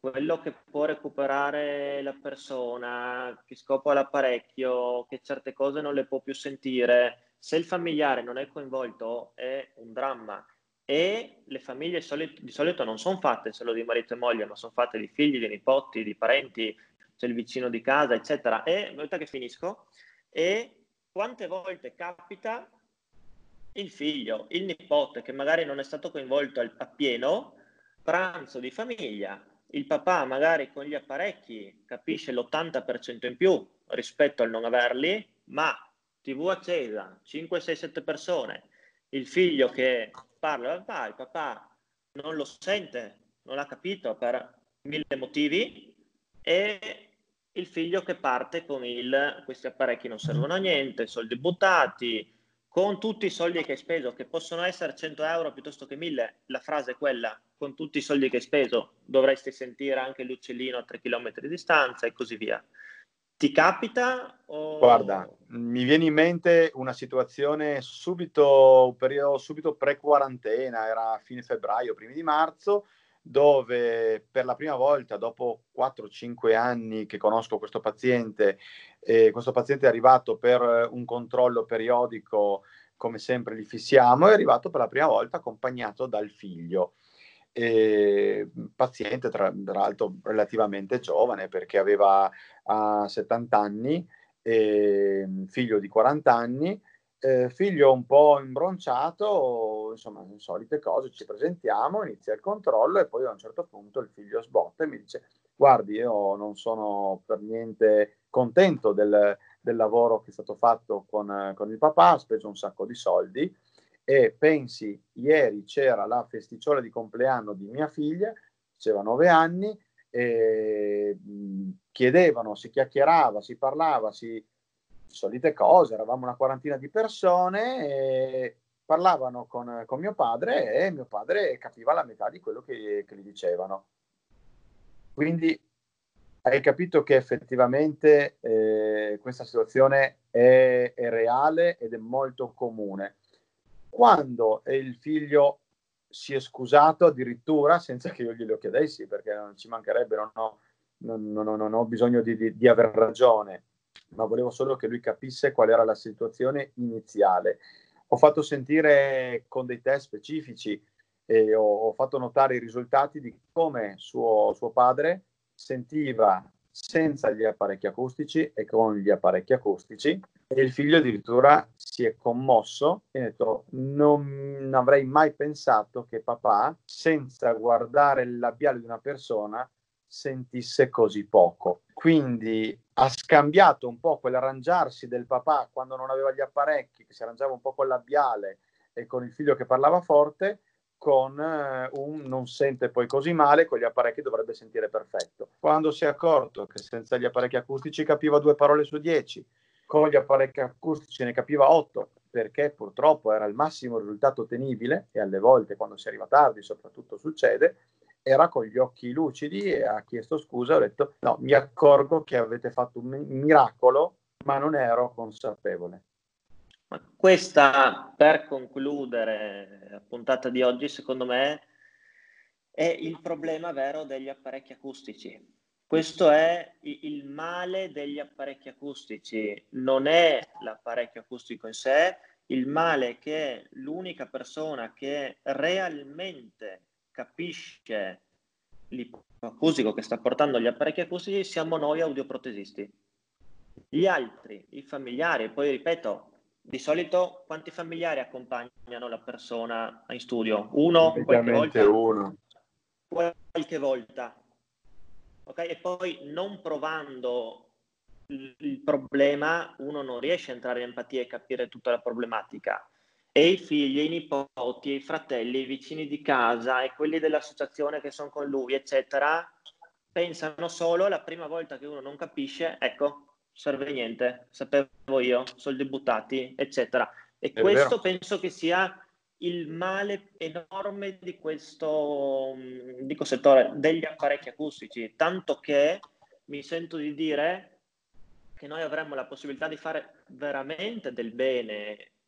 quello che può recuperare la persona, che scopa l'apparecchio, che certe cose non le può più sentire, se il familiare non è coinvolto è un dramma. E le famiglie di solito non sono fatte solo di marito e moglie, ma sono fatte di figli, di nipoti, di parenti, c'è il vicino di casa, eccetera. E una volta che finisco, e quante volte capita il figlio, il nipote che magari non è stato coinvolto appieno, pranzo di famiglia, il papà magari con gli apparecchi capisce l'80% in più rispetto al non averli, ma TV accesa, 5, 6, 7 persone, il figlio che parla al papà, il papà non lo sente, non l'ha capito per 1000 motivi, e il figlio che parte con questi apparecchi non servono a niente, soldi buttati, con tutti i soldi che hai speso, che possono essere 100 euro piuttosto che 1000, la frase è quella: con tutti i soldi che hai speso dovresti sentire anche l'uccellino a 3 chilometri di distanza e così via. Ti capita? Guarda, mi viene in mente una situazione un periodo subito pre-quarantena, era fine febbraio, primi di marzo, dove per la prima volta, dopo 4-5 anni che conosco questo paziente è arrivato per un controllo periodico, come sempre li fissiamo, è arrivato per la prima volta accompagnato dal figlio. Paziente tra l'altro relativamente giovane, perché aveva 70 anni, figlio di 40 anni, figlio un po' imbronciato, insomma, solite cose, ci presentiamo, inizia il controllo e poi a un certo punto il figlio sbotta e mi dice: guardi, io non sono per niente contento del lavoro che è stato fatto con il papà, ha speso un sacco di soldi, e pensi, ieri c'era la festiciola di compleanno di mia figlia, aveva 9 anni, e chiedevano, si chiacchierava, si parlava, solite cose, eravamo una quarantina di persone e parlavano con mio padre, e mio padre capiva la metà di quello che gli dicevano. Quindi hai capito che effettivamente questa situazione è reale ed è molto comune. Quando il figlio si è scusato addirittura senza che io glielo chiedessi, perché non ci mancherebbe, non ho bisogno di aver ragione, ma volevo solo che lui capisse qual era la situazione iniziale. Ho fatto sentire con dei test specifici e ho fatto notare i risultati di come suo padre sentiva senza gli apparecchi acustici e con gli apparecchi acustici, e il figlio addirittura si è commosso e ha detto: non avrei mai pensato che papà, senza guardare il labiale di una persona, sentisse così poco. Quindi ha scambiato un po' quell'arrangiarsi del papà quando non aveva gli apparecchi, che si arrangiava un po' col labiale e con il figlio che parlava forte, con un non sente poi così male, con gli apparecchi dovrebbe sentire perfetto. Quando si è accorto che senza gli apparecchi acustici capiva 2 parole su 10, con gli apparecchi acustici ne capiva 8, perché purtroppo era il massimo risultato ottenibile, e alle volte quando si arriva tardi soprattutto succede, era con gli occhi lucidi e ha chiesto scusa, ha detto: no, mi accorgo che avete fatto un miracolo, ma non ero consapevole. Ma questa, per concludere la puntata di oggi, secondo me è il problema vero degli apparecchi acustici. Questo è il male degli apparecchi acustici, non è l'apparecchio acustico in sé. Il male è che l'unica persona che realmente capisce l'ipoacustico che sta portando gli apparecchi acustici siamo noi audioprotesisti. Gli altri, i familiari, poi ripeto, di solito quanti familiari accompagnano la persona in studio? Uno, qualche volta? Uno. Qualche volta. Ok? E poi non provando il problema, uno non riesce a entrare in empatia e capire tutta la problematica. E i figli, i nipoti, i fratelli, i vicini di casa e quelli dell'associazione che sono con lui, eccetera, pensano solo la prima volta che uno non capisce, ecco, serve niente, sapevo io, soldi buttati, eccetera. E questo penso che sia il male enorme di questo settore degli apparecchi acustici, tanto che mi sento di dire che noi avremmo la possibilità di fare veramente del bene agli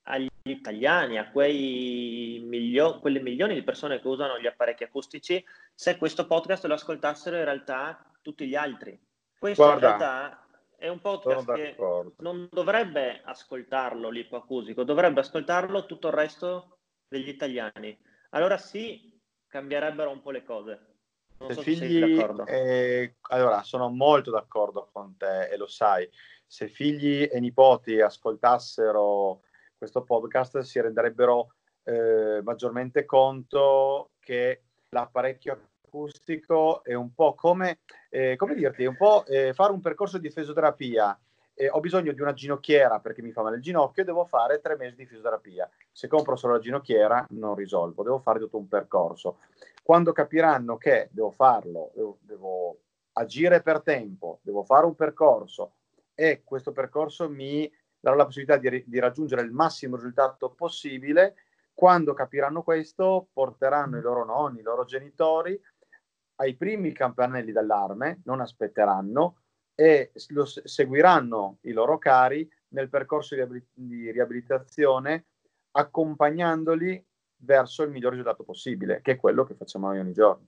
italiani, a quelle milioni di persone che usano gli apparecchi acustici, se questo podcast lo ascoltassero in realtà tutti gli altri. Questo in Guarda, realtà è un sono podcast che d'accordo. non dovrebbe ascoltarlo l'ipoacusico, dovrebbe ascoltarlo tutto il resto degli italiani. Allora sì, cambierebbero un po' le cose. Non Se so se sei figli, d'accordo. allora sono molto d'accordo con te e lo sai, se figli e nipoti ascoltassero questo podcast si renderebbero maggiormente conto che l'apparecchio acustico è un po' come dirti, è un po' fare un percorso di fisioterapia. Ho bisogno di una ginocchiera perché mi fa male il ginocchio, devo fare 3 mesi di fisioterapia. Se compro solo la ginocchiera non risolvo, devo fare tutto un percorso. Quando capiranno che devo farlo, devo agire per tempo, devo fare un percorso e questo percorso mi darà la possibilità di raggiungere il massimo risultato possibile, quando capiranno questo porteranno i loro nonni, i loro genitori ai primi campanelli d'allarme, non aspetteranno e seguiranno i loro cari nel percorso di riabilitazione, accompagnandoli verso il miglior risultato possibile, che è quello che facciamo noi ogni giorno.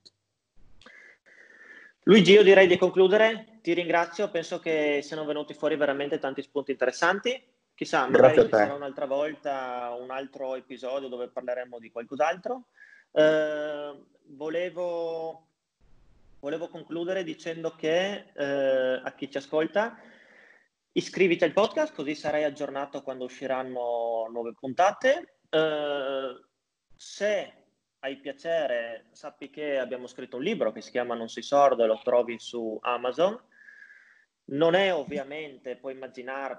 Luigi, io direi di concludere, ti ringrazio, penso che siano venuti fuori veramente tanti spunti interessanti, chissà, magari ci sarà un'altra volta un altro episodio dove parleremo di qualcos'altro. Volevo concludere dicendo che a chi ci ascolta, iscriviti al podcast così sarai aggiornato quando usciranno nuove puntate. Se hai piacere, sappi che abbiamo scritto un libro che si chiama Non sei sordo e lo trovi su Amazon. Non è ovviamente, puoi immaginare,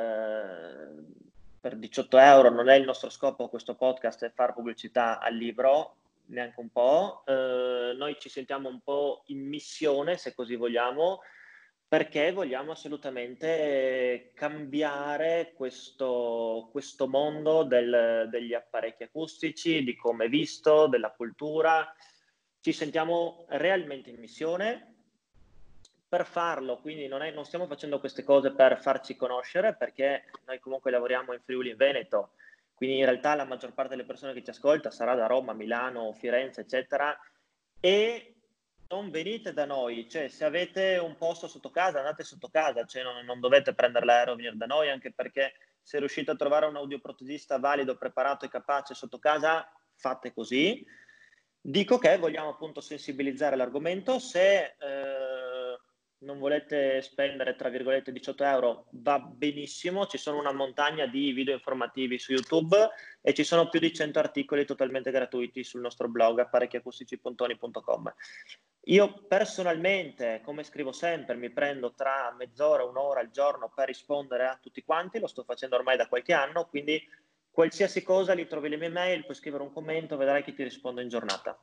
per 18 euro, non è il nostro scopo questo podcast è fare pubblicità al libro, neanche un po'. Noi ci sentiamo un po' in missione, se così vogliamo, perché vogliamo assolutamente cambiare questo mondo degli apparecchi acustici, di come è visto, della cultura. Ci sentiamo realmente in missione. Per farlo, quindi non stiamo facendo queste cose per farci conoscere, perché noi comunque lavoriamo in Friuli in Veneto, quindi in realtà la maggior parte delle persone che ci ascolta sarà da Roma, Milano, Firenze, eccetera, e non venite da noi, cioè se avete un posto sotto casa, andate sotto casa, cioè non dovete prendere l'aereo e venire da noi, anche perché se riuscite a trovare un audioprotesista valido, preparato e capace sotto casa, fate così. Dico che vogliamo appunto sensibilizzare l'argomento. Se non volete spendere, tra virgolette, 18 euro, va benissimo. Ci sono una montagna di video informativi su YouTube e ci sono più di 100 articoli totalmente gratuiti sul nostro blog apparecchiacustici.tony.com. Io personalmente, come scrivo sempre, mi prendo tra mezz'ora, un'ora al giorno per rispondere a tutti quanti. Lo sto facendo ormai da qualche anno, quindi qualsiasi cosa, lì trovi le mie mail, puoi scrivere un commento, vedrai che ti rispondo in giornata.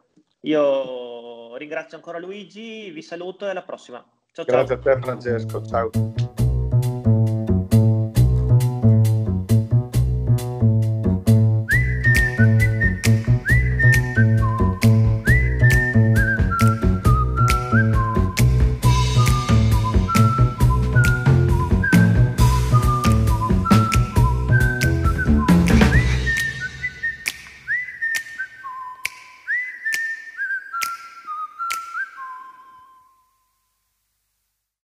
Io ringrazio ancora Luigi, vi saluto e alla prossima. Ciao ciao. Grazie a te Francesco, ciao.